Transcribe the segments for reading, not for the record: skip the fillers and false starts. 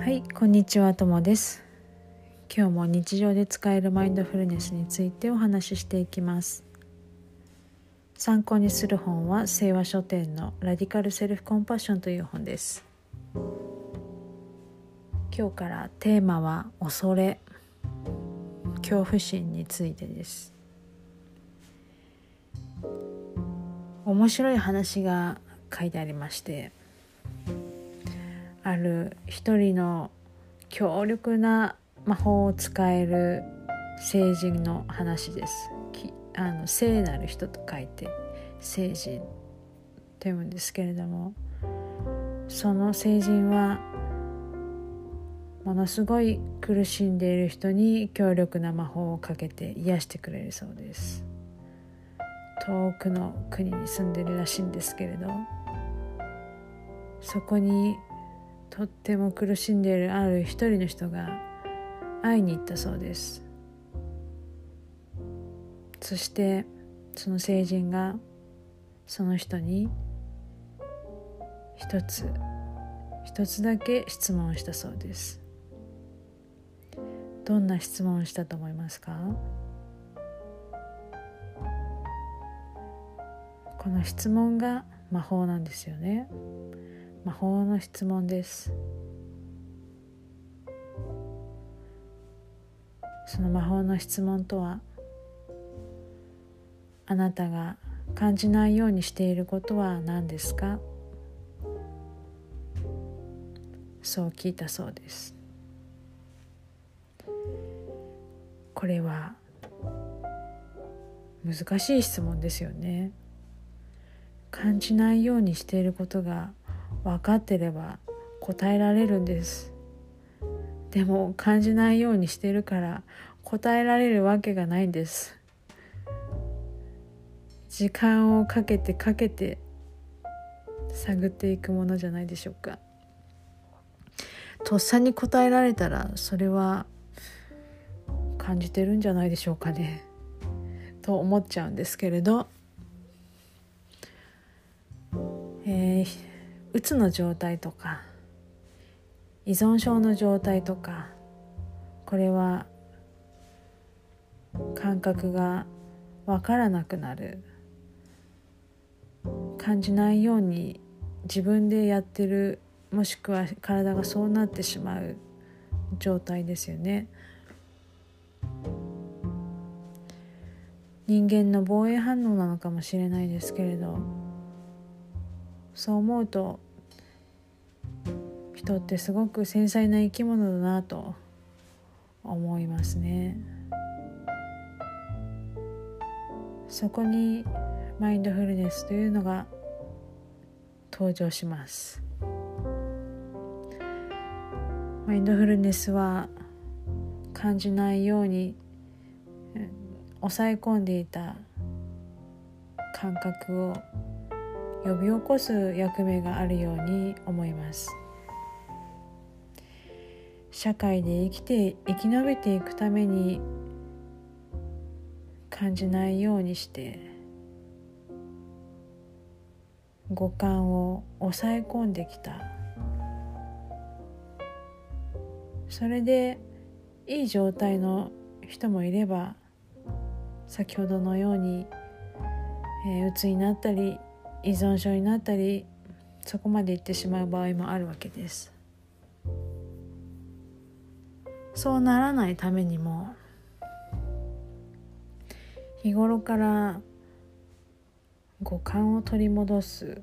はい、こんにちは、ともです。今日も日常で使えるマインドフルネスについてお話ししていきます。参考にする本は清和書店のラディカルセルフコンパッションという本です。今日からテーマは恐れ、恐怖心についてです。面白い話が書いてありまして、ある一人の強力な魔法を使える聖人の話です。聖なる人と書いて聖人と読むんですけれども、その聖人はものすごい苦しんでいる人に強力な魔法をかけて癒してくれるそうです。遠くの国に住んでるらしいんですけれど、そこにとっても苦しんでいるある一人の人が会いに行ったそうです。そしてその聖人がその人に一つだけ質問をしたそうです。どんな質問をしたと思いますか？この質問が魔法なんですよね。魔法の質問です。その魔法の質問とは、あなたが感じないようにしていることは何ですか？そう聞いたそうです。これは難しい質問ですよね。感じないようにしていることが分かってれば答えられるんです。でも感じないようにしているから答えられるわけがないんです。時間をかけて探っていくものじゃないでしょうか。とっさに答えられたらそれは感じてるんじゃないでしょうかねと思っちゃうんですけれど、うつの状態とか依存症の状態とか、これは感覚がわからなくなる、感じないように自分でやってる、もしくは体がそうなってしまう状態ですよね。人間の防衛反応なのかもしれないですけれど、そう思うと人ってすごく繊細な生き物だなと思いますね。そこにマインドフルネスというのが登場します。マインドフルネスは感じないように抑え込んでいた感覚を呼び起こす役目があるように思います。社会で生き延びていくために感じないようにして五感を抑え込んできた。それでいい状態の人もいれば、先ほどのように、うつになったり依存症になったり、そこまでいってしまう場合もあるわけです。そうならないためにも、日頃から五感を取り戻す、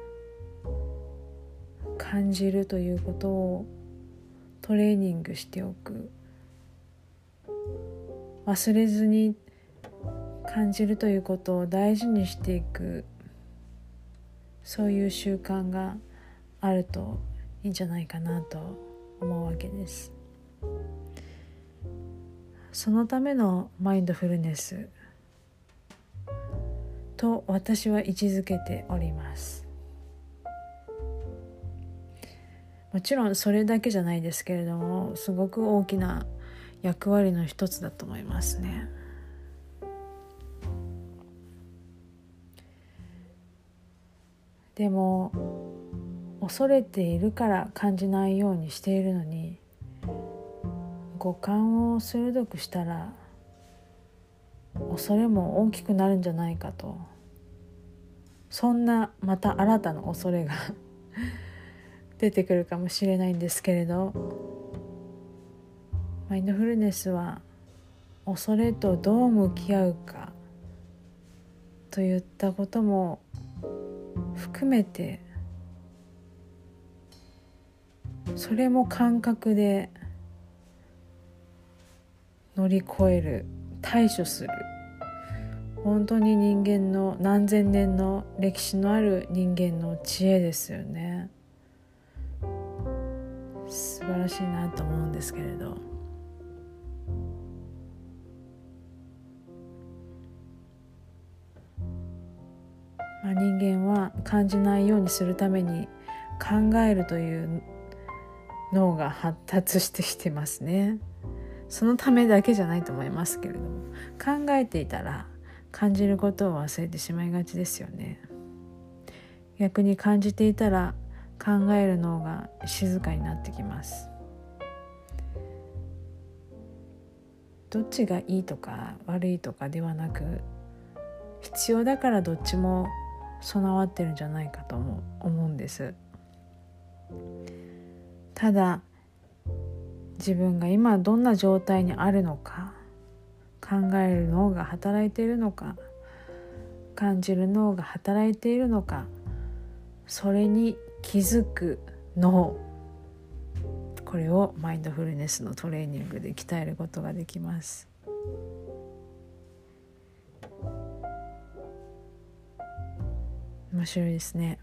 感じるということをトレーニングしておく、忘れずに感じるということを大事にしていく、そういう習慣があるといいんじゃないかなと思うわけです。そのためのマインドフルネスと私は位置づけております。もちろんそれだけじゃないですけれども、すごく大きな役割の一つだと思いますね。でも恐れているから感じないようにしているのに、五感を鋭くしたら恐れも大きくなるんじゃないかと、そんなまた新たな恐れが出てくるかもしれないんですけれど、マインドフルネスは恐れとどう向き合うかといったことも含めて、それも感覚で乗り越える、対処する、本当に人間の何千年の歴史のある人間の知恵ですよね。素晴らしいなと思うんですけれど、人間は感じないようにするために考えるという脳が発達してきてますね。そのためだけじゃないと思いますけれども、考えていたら感じることを忘れてしまいがちですよね。逆に感じていたら考える脳が静かになってきます。どっちがいいとか悪いとかではなく、必要だからどっちも備わってるんじゃないかと思うんです。ただ自分が今どんな状態にあるのか、考える脳が働いているのか、感じる脳が働いているのか、それに気づく脳、これをマインドフルネスのトレーニングで鍛えることができます。面白いですね。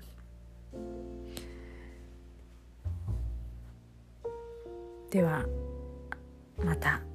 ではまた。